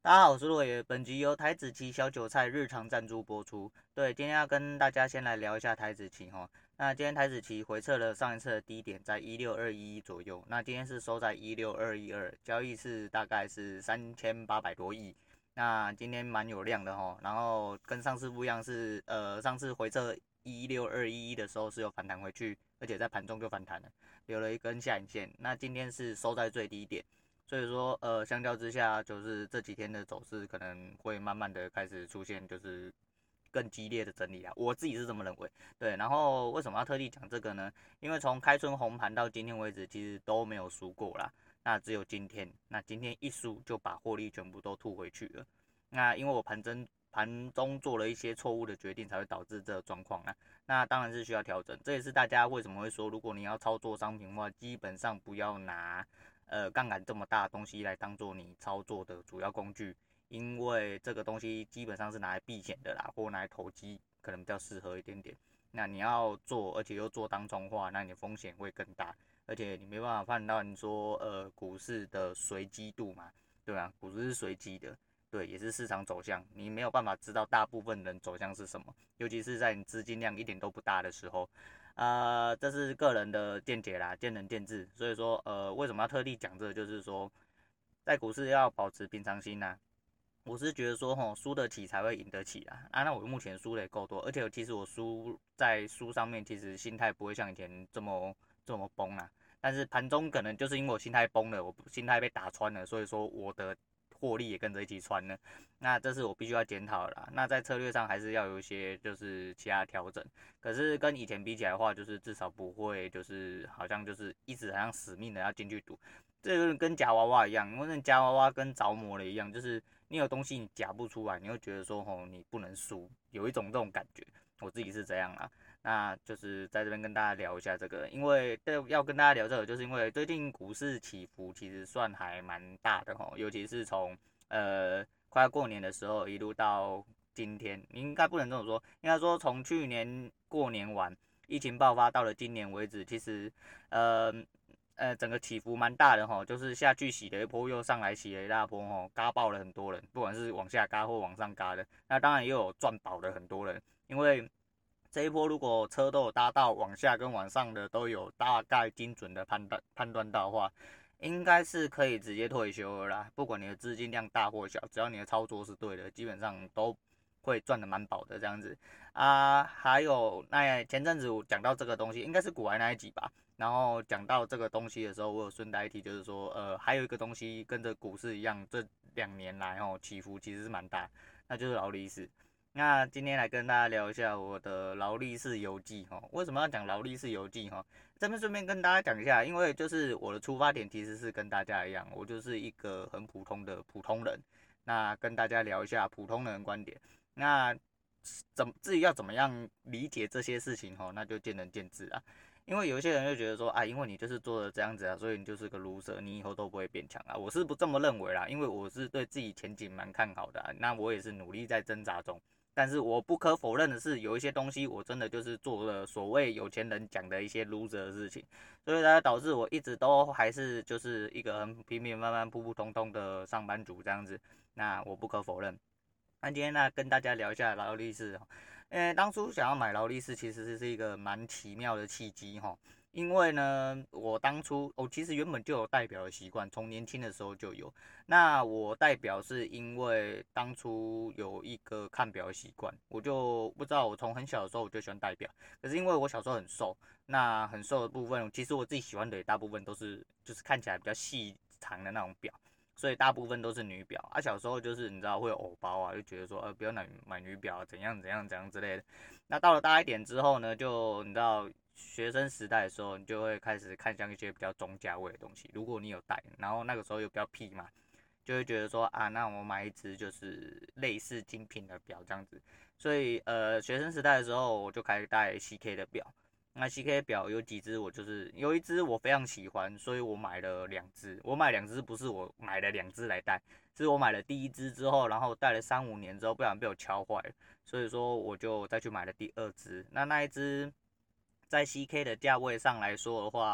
大家好，我是洛爷。本集由台子期小韭菜日常赞助播出。对，今天要跟大家先来聊一下台子期哈。那今天台子期回测了上一次的低点在16211左右，那今天是收在16212，交易是大概是3800多亿。那今天蛮有量的哈，然后跟上次不一样是，上次回测16211的时候是有反弹回去，而且在盘中就反弹了，留了一根下影线。那今天是收在最低点。所以说，相较之下，就是这几天的走势可能会慢慢的开始出现，就是更激烈的整理啊。我自己是这么认为，对。然后为什么要特地讲这个呢？因为从开春红盘到今天为止，其实都没有输过啦。那只有今天，那今天一输就把获利全部都吐回去了。那因为我盘中做了一些错误的决定，才会导致这个状况啊。那当然是需要调整，这也是大家为什么会说，如果你要操作商品的话，基本上不要拿杠杆这么大的东西来当做你操作的主要工具，因为这个东西基本上是拿来避险的啦，或拿来投机，可能比较适合一点点。那你要做，而且又做当冲化，那你的风险会更大，而且你没办法判断说股市的随机度嘛，对吧？股市是随机的。对，也是市场走向，你没有办法知道大部分人走向是什么，尤其是在你资金量一点都不大的时候。这是个人的见解啦，见仁见智。所以说，为什么要特地讲这个，就是说，在股市要保持平常心呐、我是觉得说，吼，输得起才会赢得起啊。那我目前输的也够多，而且其实我输上面，其实心态不会像以前这么崩啊。但是盘中可能就是因为我心态崩了，我心态被打穿了，所以说我的获利也跟着一起穿了。那这是我必须要检讨的啦。那在策略上还是要有一些就是其他调整。可是跟以前比起来的话，就是至少不会就是好像就是一直好像死命的要进去赌。这个跟夹娃娃一样，因为那夹娃娃跟着魔了一样，就是你有东西你夹不出来，你会觉得说吼你不能输，有一种这种感觉。我自己是这样啦。那就是在这边跟大家聊一下这个，因为要跟大家聊这个，就是因为最近股市起伏其实算还蛮大的吼，尤其是从快要过年的时候一路到今天，应该不能这么说，应该说从去年过年完，疫情爆发到了今年为止，其实呃整个起伏蛮大的吼，就是下去洗了一波，又上来洗了一大波吼，嘎爆了很多人，不管是往下嘎或往上嘎的，那当然也有赚饱的很多人，因为这一波如果车都有搭到往下跟往上的都有大概精准的判断到的话，应该是可以直接退休了啦。不管你的资金量大或小，只要你的操作是对的，基本上都会赚的蛮饱的这样子啊。还有那前阵子我讲到这个东西，应该是股癌那一集吧。然后讲到这个东西的时候，我有顺带一提，就是说，还有一个东西跟着股市一样，这2年来起伏其实是蛮大，那就是劳力士。那今天来跟大家聊一下我的劳力士游记哈。为什么要讲劳力士游记哈？这边顺便跟大家讲一下，因为就是我的出发点其实是跟大家一样，我就是一个很普通的普通人。那跟大家聊一下普通人的观点。那至于要怎么样理解这些事情哈，那就见仁见智啊。因为有些人就觉得说啊，因为你就是做的这样子啊，所以你就是个 loser，你以后都不会变强啊。我是不这么认为啦，因为我是对自己前景蛮看好的啊，那我也是努力在挣扎中。但是我不可否认的是，有一些东西我真的就是做了所谓有钱人讲的一些 loser 的事情，所以才导致我一直都还是就是一个很平平凡凡、普普通通的上班族这样子。那我不可否认。那今天呢，跟大家聊一下劳力士哦。当初想要买劳力士，其实是一个蛮奇妙的契机哈。因为呢，我当初其实原本就有戴表的习惯，从年轻的时候就有。那我戴表是因为当初有一个看表的习惯，我就不知道我从很小的时候我就喜欢戴表，可是因为我小时候很瘦，那很瘦的部分，其实我自己喜欢的也大部分都是就是看起来比较细长的那种表。所以大部分都是女表啊。小时候就是你知道会有偶包啊，就觉得说不要买女表怎样怎样怎样之类的。那到了大一点之后呢，就你知道学生时代的时候，你就会开始看向一些比较中价位的东西。如果你有戴，然后那个时候又比较屁嘛，就会觉得说啊，那我买一只就是类似精品的表这样子。所以学生时代的时候我就开始戴 CK 的表。那 CK 表有几只，我就是有一只我非常喜欢，所以我买了2只。我买2只不是我买了2只来戴，是我买了第一只之后，然后戴了3、5年之后，不小心被我敲坏了，所以说我就再去买了第2只。那一只在 CK 的价位上来说的话，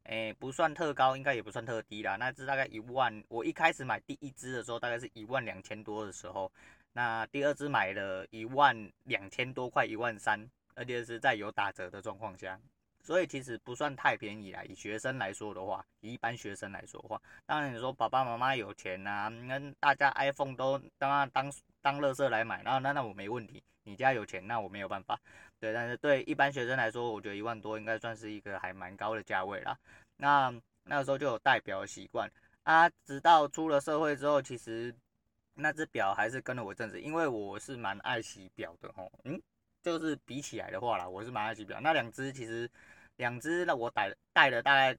不算特高，应该也不算特低啦。那只大概1万，我一开始买第一只的时候大概是12000多的时候，那第二只买了12000多，快13000，而且是在有打折的状况下。所以其实不算太便宜啦，以学生来说的话，以一般学生来说的话，当然你说爸爸妈妈有钱啊，那大家 iPhone 都当垃圾来买，然后那我没问题，你家有钱，那我没有办法，对，但是对一般学生来说，我觉得1万多应该算是一个还蛮高的价位啦。那那个时候就有戴表的习惯啊，直到出了社会之后，其实那只表还是跟了我一阵子，因为我是蛮爱惜表的吼，就是比起来的话啦，我是蛮爱惜表，那两只那我戴了大概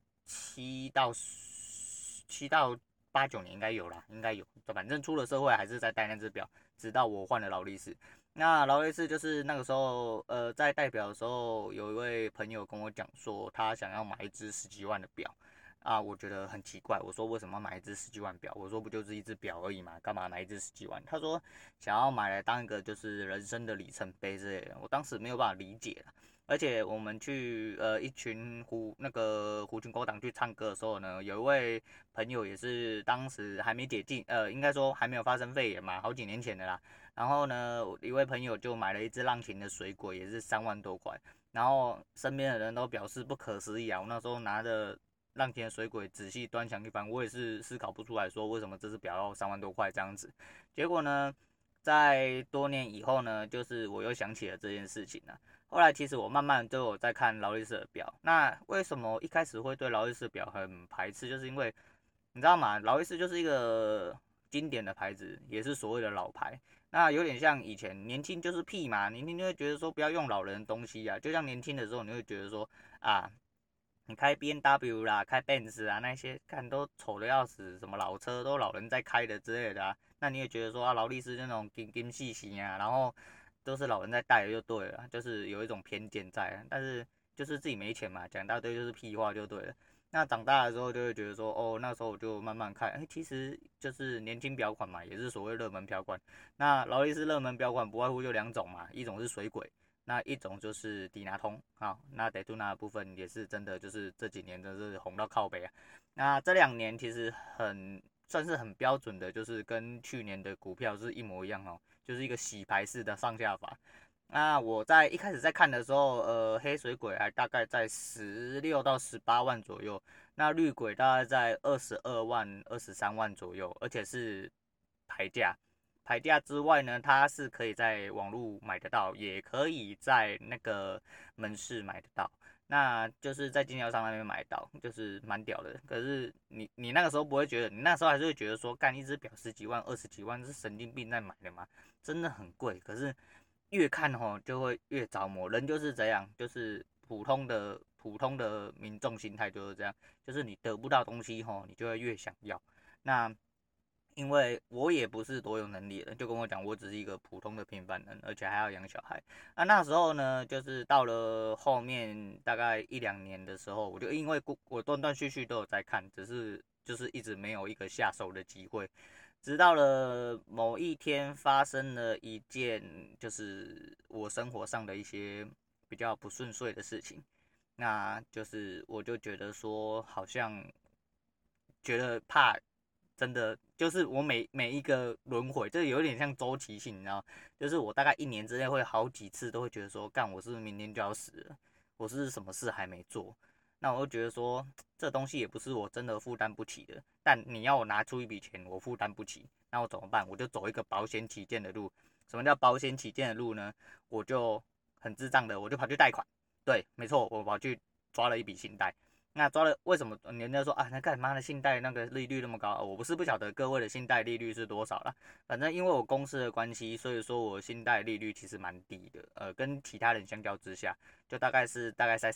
7到8、9年应该有啦，应该有。反正出了社会还是在戴那只表，直到我换了劳力士。那劳力士就是那个时候，在戴表的时候，有一位朋友跟我讲说，他想要买一只十几万的表。啊，我觉得很奇怪，我说为什么要买一只十几万表？我说不就是一只表而已嘛，干嘛买一只十几万？他说想要买来当一个就是人生的里程碑之类的，我当时没有办法理解啦。而且我们去一群狐群狗党去唱歌的时候呢，有一位朋友也是当时还没解禁，应该说还没有发生肺炎嘛，好几年前的啦。然后呢，一位朋友就买了一只浪琴的水果，也是3万多块。然后身边的人都表示不可思议啊，我那时候拿着浪琴的水鬼仔细端详一番，我也是思考不出来说为什么这只表要3万多块这样子。结果呢，在多年以后呢，就是我又想起了这件事情了。后来其实我慢慢都有在看劳力士的表，那为什么一开始会对劳力士的表很排斥？就是因为你知道吗？劳力士就是一个经典的牌子，也是所谓的老牌。那有点像以前年轻就是屁嘛，年轻就会觉得说不要用老人的东西啊，就像年轻的时候你会觉得说啊，你开 BMW 啦，开 Benz 啊，那些看都丑的要死，什么老车都老人在开的之类的啊，那你也觉得说啊，劳力士那种金金细细啊，然后都是老人在戴的就对了，就是有一种偏见在，但是就是自己没钱嘛，讲一大堆就是屁话就对了。那长大的时候就会觉得说，哦，那时候我就慢慢看，其实就是年轻表款嘛，也是所谓热门表款。那劳力士热门表款不外乎就2种嘛，一种是水鬼，那一种就是迪拿通啊，那德杜纳的部分也是真的，就是这几年真是红到靠北啊。那这2年其实算是很标准的，就是跟去年的股票是一模一样哦，就是一个洗牌式的上下法。那我在一开始在看的时候，黑水鬼还大概在16到18万左右，那绿鬼大概在22万、23万左右，而且是牌价。牌价之外呢，它是可以在网络买得到，也可以在那个门市买得到。那就是在经销商那边买到，就是蛮屌的。可是你那个时候不会觉得，你那时候还是会觉得说，干一只表十几万、20几万是神经病在买的吗？真的很贵。可是越看吼就会越着魔，人就是这样，就是普通的民众心态就是这样，就是你得不到东西吼，你就会越想要。那因为我也不是多有能力的，就跟我讲，我只是一个普通的平凡人，而且还要养小孩。那时候呢，就是到了后面大概1、2年的时候，我就因为我断断续续都有在看，只是就是一直没有一个下手的机会。直到了某一天发生了一件，就是我生活上的一些比较不顺遂的事情，那就是我就觉得说，好像觉得怕，真的就是我每一个轮回，这有点像周期性，你知道，就是我大概1年之内会好几次都会觉得说，干，我是不是明天就要死了？我是不是什么事还没做？那我就觉得说，这东西也不是我真的负担不起的，但你要我拿出一笔钱，我负担不起，那我怎么办？我就走一个保险起见的路。什么叫保险起见的路呢？我就很智障的，我就跑去贷款。对，没错，我跑去抓了一笔信贷。那抓了为什么人家说啊，那干妈的信贷那个利率那么高？我不晓得各位的信贷利率是多少啦，反正因为我公司的关系，所以说我信贷利率其实蛮低的，跟其他人相较之下，就大概在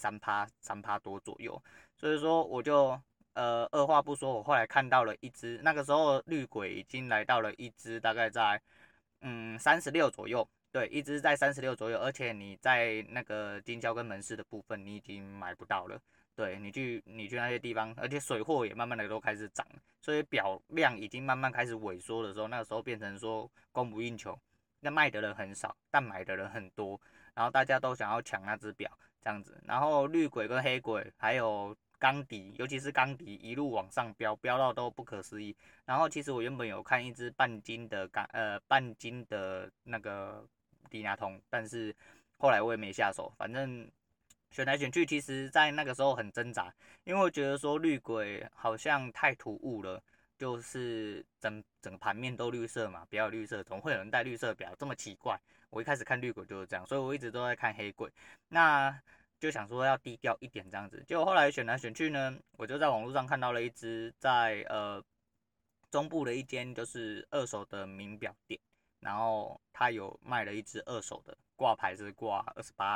3%多左右。所以说我就二话不说，我后来看到了一只，那个时候绿鬼已经来到了一只大概在36左右。对，一只在36左右，而且你在那个经销跟门市的部分，你已经买不到了。对，你去那些地方，而且水货也慢慢的都开始涨，所以表量已经慢慢开始萎缩的时候，那个时候变成说供不应求，那卖的人很少，但买的人很多，然后大家都想要抢那只表这样子，然后绿鬼跟黑鬼还有钢底，尤其是钢底一路往上飙到都不可思议。然后其实我原本有看一支半斤的那个低拿通，但是后来我也没下手，反正选来选去，其实在那个时候很挣扎，因为我觉得说绿鬼好像太突兀了。就是整个盘面都绿色嘛，不要绿色，怎么会有人戴绿色表？这么奇怪。我一开始看绿鬼就是这样，所以我一直都在看黑鬼。那就想说要低调一点这样子，结果后来选来选去呢，我就在网络上看到了一只在中部的一间就是二手的名表店，然后他有卖了一只二手的，挂牌是挂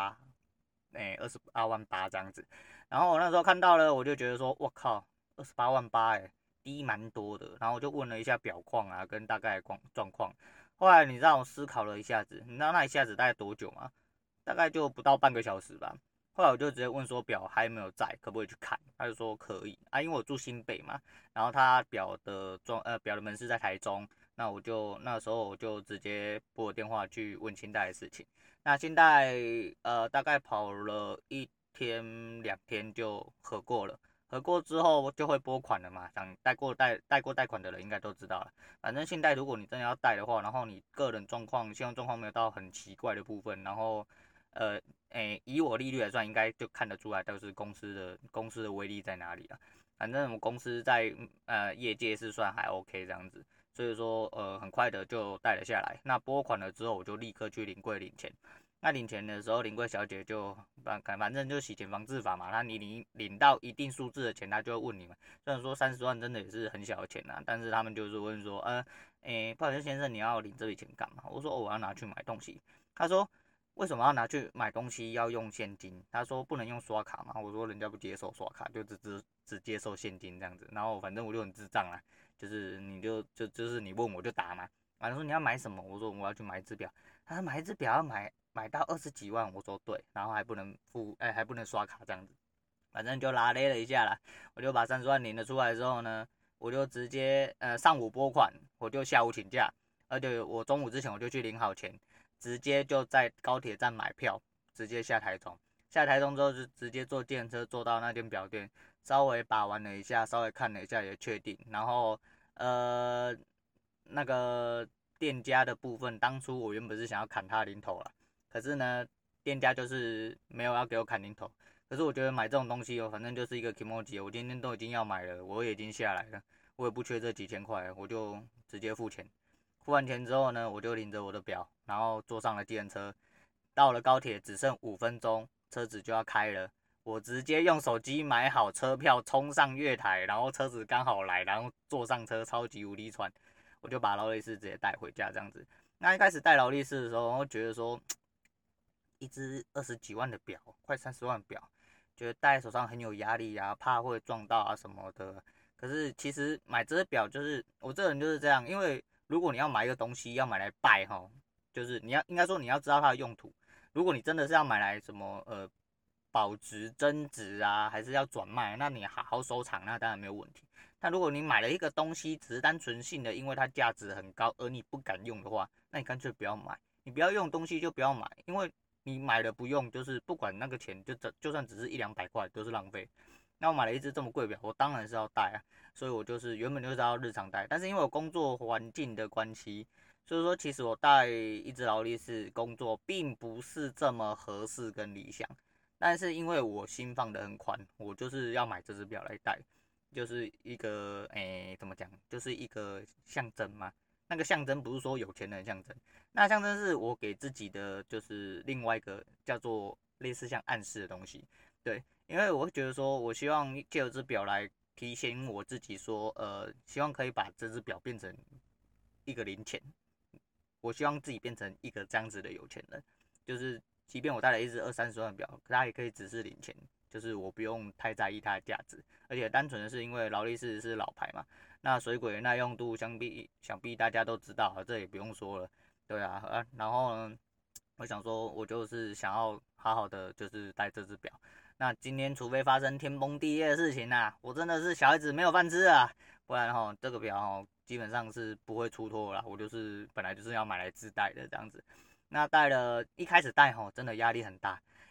28万8这样子。然后我那时候看到了，我就觉得说，我靠，28万8低蛮多的。然后我就问了一下表框啊，跟大概状况。后来你让我思考了一下子，你知道那一下子大概多久吗？大概就不到半个小时吧。后来我就直接问说表还有没有在，可不可以去看？他就说可以啊，因为我住新北嘛，然后他表的门市在台中，那时候我就直接拨电话去问清代的事情。那清代大概跑了1天2天就核过了。核过之后就会拨款了嘛，想贷过贷款的人应该都知道了。反正信贷如果你真的要贷的话，然后你个人信用状况没有到很奇怪的部分，然后以我利率来算，应该就看得出来，就是公司的威力在哪里啊。反正我们公司在业界是算还 OK 这样子，所以说很快的就贷了下来。那拨款了之后，我就立刻去临柜领钱。那领钱的时候，临柜小姐就反正就洗钱防治法嘛，那你领到一定数字的钱，他就会问你们。虽然说30万真的也是很小的钱啊，但是他们就是问说，不好意思先生，你要领这笔钱干嘛？我说我要拿去买东西。他说为什么要拿去买东西要用现金？他说不能用刷卡嘛。我说人家不接受刷卡，就只接受现金这样子。然后反正我就很智障啦，就是就是你问我就答嘛。反正说你要买什么？我说我要去买一只表。他说买一只表要买到20几万，我说对，然后还不能刷卡这样子，反正就拉勒了一下啦。我就把30万领了出来之后呢，我就直接上午拨款，我就下午请假，而且我中午之前我就去领好钱，直接就在高铁站买票，直接下台中。下台中之后就直接坐电车坐到那间表店，稍微把玩了一下，稍微看了一下也确定，然后那个店家的部分，当初我原本是想要砍他零头啦，可是呢，店家就是没有要给我砍零头。可是我觉得买这种东西反正就是一个 kimoji， 我今天都已经要买了，我也已经下来了，我也不缺这几千块，我就直接付钱。付完钱之后呢，我就领着我的表，然后坐上了计程车，到了高铁只剩5分钟，车子就要开了。我直接用手机买好车票，冲上月台，然后车子刚好来，然后坐上车，超级无敌喘，我就把劳力士直接带回家这样子。那一开始带劳力士的时候，我觉得说，一只20几万的表，快30万表，觉得戴在手上很有压力啊，怕会撞到啊什么的。可是其实买这只表就是我这个人就是这样，因为如果你要买一个东西要买来拜哈，就是应该说你要知道它的用途。如果你真的是要买来什么保值增值啊，还是要转卖，那你好好收藏，那当然没有问题。但如果你买了一个东西，只是单纯性的因为它价值很高而你不敢用的话，那你干脆不要买。你不要用东西就不要买，因为你买了不用，就是不管那个钱就算只是100-200块都是浪费。那我买了一只这么贵表，我当然是要戴啊，所以我就是原本就是要日常戴，但是因为我工作环境的关系，所以说其实我戴一只劳力士工作并不是这么合适跟理想。但是因为我心放得很宽，我就是要买这只表来戴，就是一个怎么讲，就是一个象征嘛。那个象征不是说有钱人象征，那象征是我给自己的，就是另外一个叫做类似像暗示的东西。对，因为我会觉得说，我希望借这只表来提醒我自己说，希望可以把这只表变成一个零钱，我希望自己变成一个这样子的有钱人，就是即便我带了一只20-30万的表，它也可以只是零钱，就是我不用太在意它的价值，而且单纯的是因为劳力士是老牌嘛，那水鬼的耐用度想必大家都知道，这也不用说了，对啊，然后呢，我想说，我就是想要好好的就是戴这只表。那今天除非发生天崩地裂的事情啊，我真的是小孩子没有饭吃啊，不然这个表基本上是不会出脱啦。我就是本来就是要买来自戴的这样子。那一开始戴真的压力很大，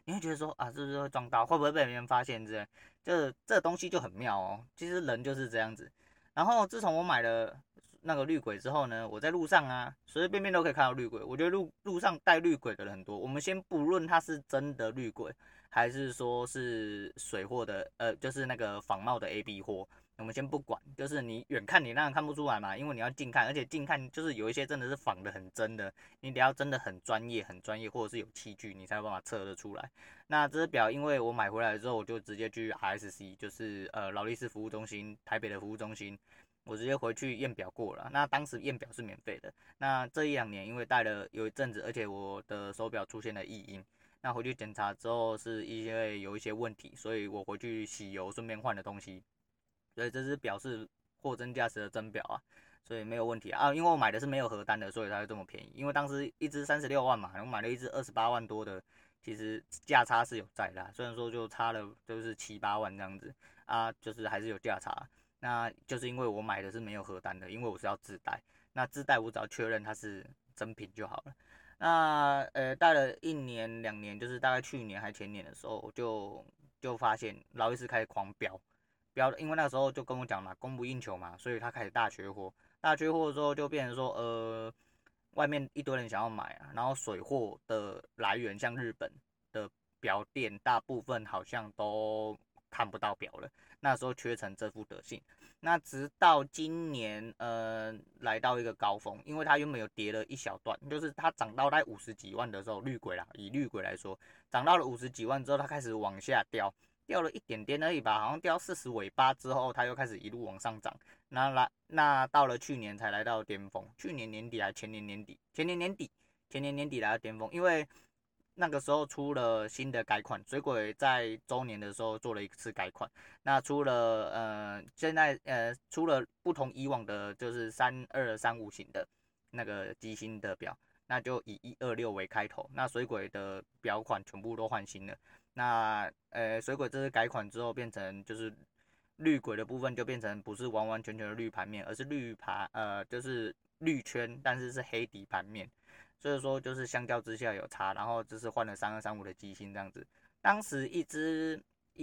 你会觉得说啊，是不是会撞到，会不会被别人发现之类，这东西就很妙哦。其实人就是这样子。然后自从我买了那个绿轨之后呢，我在路上啊，随随便便都可以看到绿轨。我觉得路上带绿轨的人很多。我们先不论它是真的绿轨，还是说是水货的，就是那个仿冒的 AB 货。我们先不管，就是你远看你当然看不出来嘛，因为你要近看，而且近看就是有一些真的是仿的很真的，你得要真的很专业，很专业，或者是有器具，你才有办法测得出来。那这只表，因为我买回来之后，我就直接去 RSC，就是劳力士服务中心，台北的服务中心，我直接回去验表过了。那当时验表是免费的。那这1、2年因为戴了有一阵子，而且我的手表出现了异音，那回去检查之后是因为有一些问题，所以我回去洗油，顺便换了东西。所以这只表是货真价实的真表啊，所以没有问题啊。因为我买的是没有核单的，所以才会这么便宜。因为当时一只36万嘛，我买了一只28万多的，其实价差是有在的啊，虽然说就差了就是7、8万这样子啊，就是还是有价差。那就是因为我买的是没有核单的，因为我是要自带，那自带我只要确认它是真品就好了。那戴了1、2年，就是大概去年还前年的时候，我就发现劳力士开始狂飙。因为那时候就跟我讲嘛，供不应求嘛，所以他开始大缺货。大缺货之后就变成说，外面一堆人想要买啊，然后水货的来源像日本的表店，大部分好像都看不到表了。那时候缺成这副德性。那直到今年，来到一个高峰，因为它原本有跌了一小段，就是它涨到大概50几万的时候，绿轨啦，以绿轨来说，涨到了50几万之后，它开始往下掉。掉了一点点而已吧，好像掉40尾巴之后，它又开始一路往上涨。那到了去年才来到巅峰，去年年底还前年年底，前年年底来到巅峰，因为那个时候出了新的改款，水鬼在周年的时候做了一次改款，那现在出了不同以往的，就是3235型的那个机芯的表，那就以126为开头，那水鬼的表款全部都换新了。那水鬼这次改款之后，变成就是绿轨的部分就变成不是完完全全的绿盘面，而是就是绿圈，但是是黑底盘面，所以说就是相较之下有差，然后就是换了3235的机芯这样子。当时一支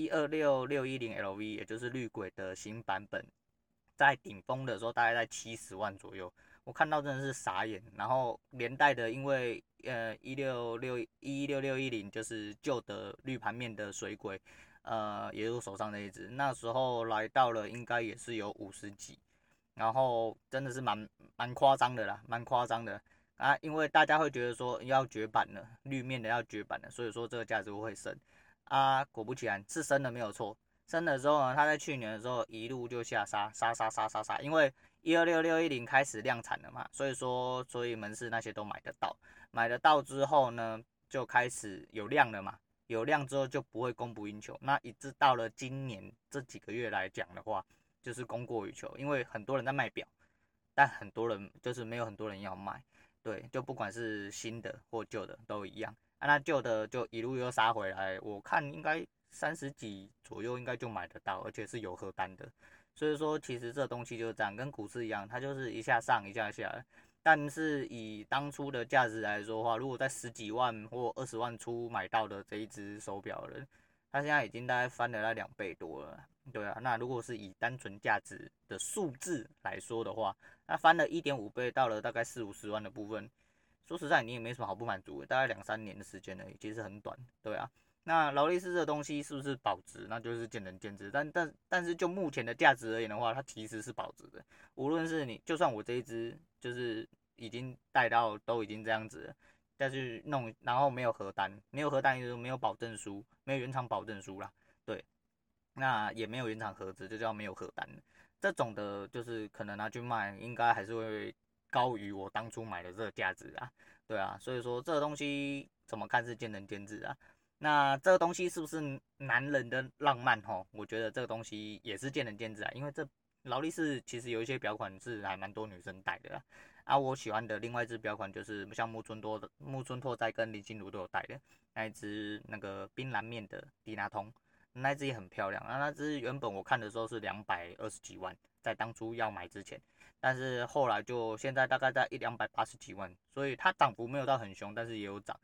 126610LV，也就是绿轨的新版本，在顶峰的时候大概在70万左右。我看到真的是傻眼，然后连带的，因为16610就是旧的绿盘面的水鬼，也是我手上那一只，那时候来到了应该也是有50几，然后真的是蛮夸张的啦，蛮夸张的啊，因为大家会觉得说要绝版了，绿面的要绝版了，所以说这个价值会升啊，果不其然是升了没有错，升了之后呢，它在去年的时候一路就下杀，因为126610开始量产了嘛，所以门市那些都买得到，买得到之后呢，就开始有量了嘛，有量之后就不会供不应求，那一直到了今年这几个月来讲的话，就是供过于求，因为很多人在卖表，但很多人就是没有很多人要卖，对，就不管是新的或旧的都一样，那旧的就一路又杀回来，我看应该30几左右应该就买得到，而且是有核单的。所以说，其实这东西就是这样，跟股市一样，它就是一下上一下下。但是以当初的价值来说的话，如果在10几万或20万出买到的这一只手表了，它现在已经大概翻了那2倍多了。对啊，那如果是以单纯价值的数字来说的话，那翻了1.5倍，到了大概40、50万的部分。说实在，你也没什么好不满足的，大概2、3年的时间而已，其实很短。对啊。那劳力士这东西是不是保值，那就是见仁见智。但是就目前的价值而言的话，它其实是保值的。无论是你，就算我这一只就是已经带到都已经这样子了，再去弄，然后没有核单，没有核单就是没有保证书，没有原厂保证书啦。对，那也没有原厂盒子，就叫没有核单。这种的，就是可能拿去卖，应该还是会高于我当初买的这个价值啊。对啊，所以说这个东西怎么看是见仁见智啊。那这个东西是不是男人的浪漫吼？我觉得这个东西也是见仁见智啊，因为这劳力士其实有一些表款是还蛮多女生戴的啦。啊，我喜欢的另外一只表款就是像木村拓哉跟林心如都有戴的那一只那个冰蓝面的迪拿通，那只也很漂亮。那只原本我看的时候是220几万，在当初要买之前，但是后来就现在大概在280几万，所以它涨幅没有到很凶，但是也有涨。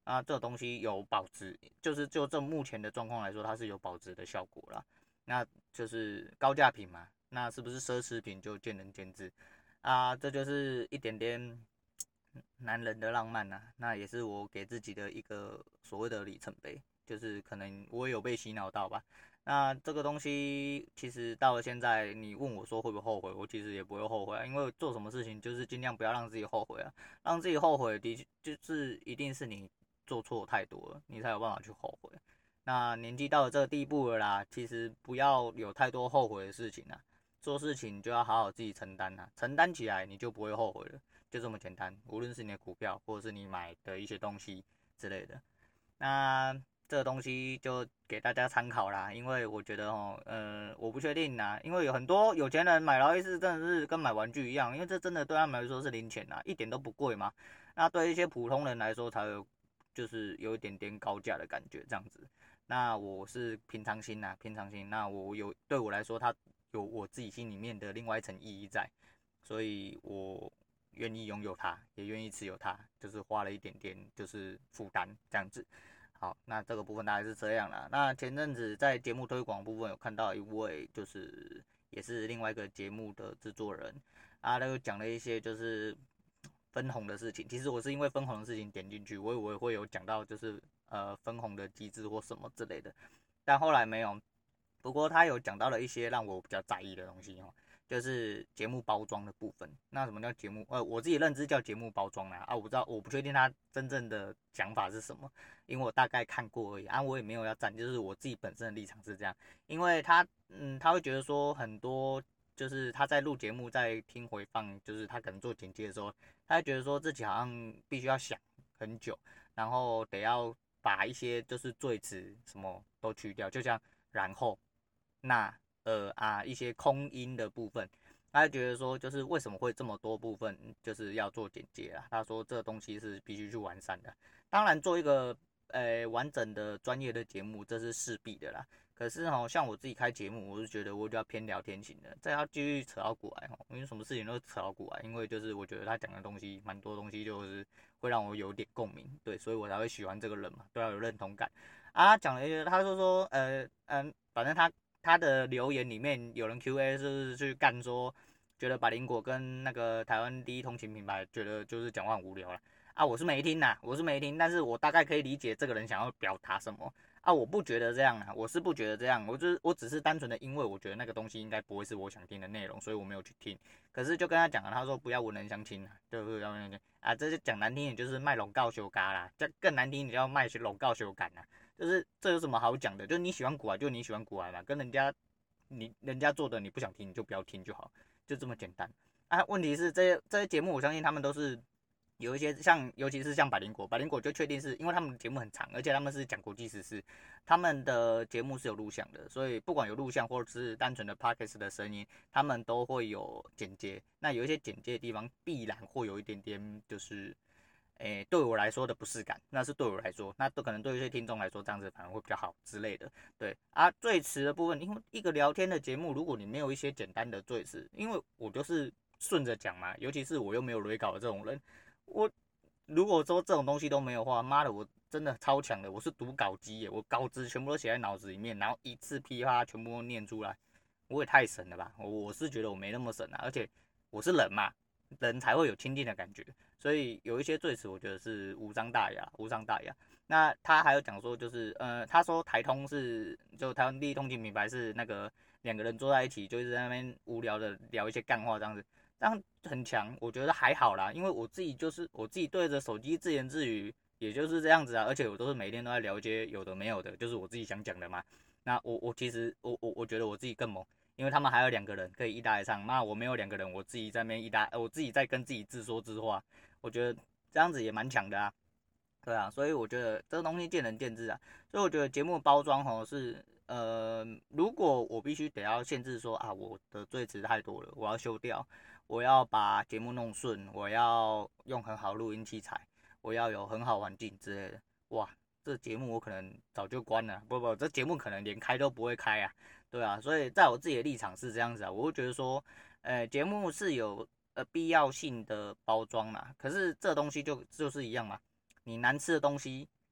啊，这个东西有保值，就这目前的状况来说，它是有保值的效果啦。那就是高价品嘛，那是不是奢侈品就见仁见智啊？这就是一点点男人的浪漫呐、那也是我给自己的一个所谓的里程碑，就是可能我也有被洗脑到吧。那这个东西其实到了现在，你问我说会不会后悔，我其实也不会后悔啊，因为做什么事情就是尽量不要让自己后悔啊，让自己后悔的确就是一定是你做错太多了，你才有办法去后悔。那年纪到了这个地步了啦，其实不要有太多后悔的事情啊，做事情就要好好自己承担啊，承担起来你就不会后悔了。就这么简单，无论是你的股票或者是你买的一些东西之类的，那这个东西就给大家参考啦。因为我觉得我不确定啦，因为有很多有钱人买劳力士真的是跟买玩具一样，因为这真的对他们来说是零钱啊，一点都不贵嘛。那对一些普通人来说才有就是有一点点高价的感觉这样子。那我是平常心啦，平常心。那对我来说，它有我自己心里面的另外一层意义在，所以我愿意拥有它，也愿意持有它，就是花了一点点就是负担这样子。好，那这个部分大概是这样啦。那前阵子在节目推广部分有看到一位就是也是另外一个节目的制作人啊，他又讲了一些就是分红的事情。其实我是因为分红的事情点进去，我以为会有讲到就是分红的机制或什么之类的，但后来没有。不过他有讲到了一些让我比较在意的东西哦，就是节目包装的部分。那什么叫节目？我自己认知叫节目包装啦。啊，我不知道，我不确定他真正的讲法是什么，因为我大概看过而已。啊，我也没有要站，就是我自己本身的立场是这样。因为他会觉得说很多，就是他在录节目，在听回放，就是他可能做剪辑的时候，他会觉得说自己好像必须要想很久，然后得要把一些就是赘词什么都去掉，就像然后。那一些空音的部分，他就觉得说，就是为什么会这么多部分，就是要做剪接啊？他说这个东西是必须去完善的。当然，做一个完整的专业的节目，这是势必的啦。可是像我自己开节目，我是觉得我比较偏聊天型的，再要继续扯到古来因为什么事情都扯到古来，因为就是我觉得他讲的东西蛮多东西就是会让我有点共鸣，对，所以我才会喜欢这个人嘛，对他有认同感。啊，讲了一个，他说反正他的留言里面有人 Q&A 是去干说，觉得百灵果跟那个台湾第一通勤品牌，觉得就是讲话很无聊了啊。我是没听呐，我是没听，但是我大概可以理解这个人想要表达什么啊。我不觉得这样啊，我是不觉得这样，我只是单纯的因为我觉得那个东西应该不会是我想听的内容，所以我没有去听。可是就跟他讲了，他说不要文人相亲啊，对不对？啊，这是讲难听点就是卖龙告修嘎啦，这更难听你就要卖龙告修感啊。就是这有什么好讲的？就是你喜欢古玩，就你喜欢古玩嘛，跟人家做的你不想听，你就不要听就好，就这么简单啊。问题是这些节目，我相信他们都是有一些像，尤其是像百灵果，百灵果就确定是因为他们的节目很长，而且他们是讲国际时事，他们的节目是有录像的，所以不管有录像或者是单纯的 podcast 的声音，他们都会有剪接。那有一些剪接的地方，必然会有一点点就是对我来说的不适感，那是对我来说，那都可能对一些听众来说，这样子反而会比较好之类的。对啊，赘词的部分，因为一个聊天的节目，如果你没有一些简单的赘词，因为我就是顺着讲嘛，尤其是我又没有雷稿的这种人，我如果说这种东西都没有的话，妈的，我真的超强的，我是读稿机耶，我稿子全部都写在脑子里面，然后一次噼啪全部都念出来，我也太神了吧！我是觉得我没那么神啊，而且我是人嘛，人才会有亲近的感觉。所以有一些赘词，我觉得是无伤大雅，无伤大雅。那他还有讲说，就是他说台通就台湾第一通勤品牌是那个两个人坐在一起，就是在那边无聊的聊一些干话这样子，这样很强，我觉得还好啦，因为我自己对着手机自言自语，也就是这样子啊，而且我都是每天都在聊一些有的没有的，就是我自己想讲的嘛。那我其实我觉得我自己更猛。因为他们还有两个人可以一搭一唱，妈我没有两个人，我自己在那边我自己在跟自己自说自话，我觉得这样子也蛮强的啊，对啊，所以我觉得这个东西见仁见智啊，所以我觉得节目包装是如果我必须得要限制说啊，我的赘词太多了，我要修掉，我要把节目弄顺，我要用很好录音器材，我要有很好环境之类的，哇，这节目我可能早就关了，不，这节目可能连开都不会开啊，对啊，所以在我自己的立场是这样子啊，我会觉得说，节目是有必要性的包装嘛，可是这东西就是一样嘛，你难吃的东西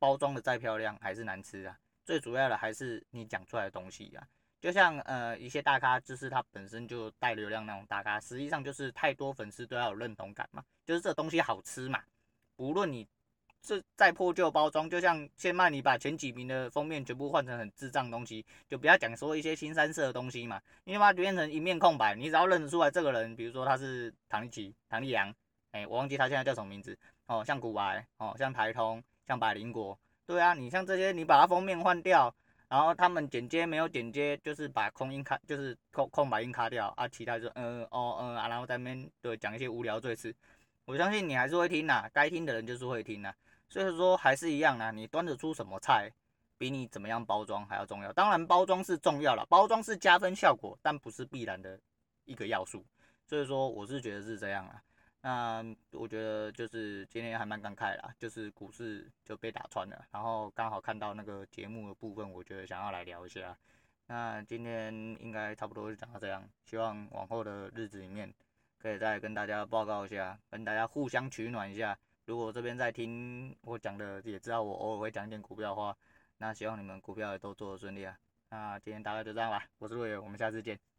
包装的再漂亮还是难吃啊。最主要的还是你讲出来的东西啊。就像一些大咖，就是他本身就带流量那种大咖，实际上就是太多粉丝都要有认同感嘛，就是这东西好吃嘛，无论你这再破旧包装，就像现在你把前几名的封面全部换成很智障的东西，就不要讲说一些新三色的东西嘛，你把它变成一面空白，你只要认得出来这个人，比如说他是唐立奇、唐立阳，我忘记他现在叫什么名字哦，像古白哦，像台通、像百灵果，对啊，你像这些你把它封面换掉。然后他们剪接没有剪接，就是把空音卡，就是空白音卡掉啊，其他就然后在那边对讲一些无聊赘词，我相信你还是会听啦，该听的人就是会听啦，所以说还是一样啦，你端得出什么菜，比你怎么样包装还要重要。当然包装是重要啦，包装是加分效果，但不是必然的一个要素，所以说我是觉得是这样啦。那我觉得就是今天还蛮感慨啦，就是股市就被打穿了，然后刚好看到那个节目的部分，我觉得想要来聊一下。那今天应该差不多就讲到这样，希望往后的日子里面可以再跟大家报告一下，跟大家互相取暖一下。如果这边在听我讲的，也知道我偶尔会讲一点股票的话，那希望你们股票也都做得顺利啊。那今天大概就这样吧，我是陆野，我们下次见。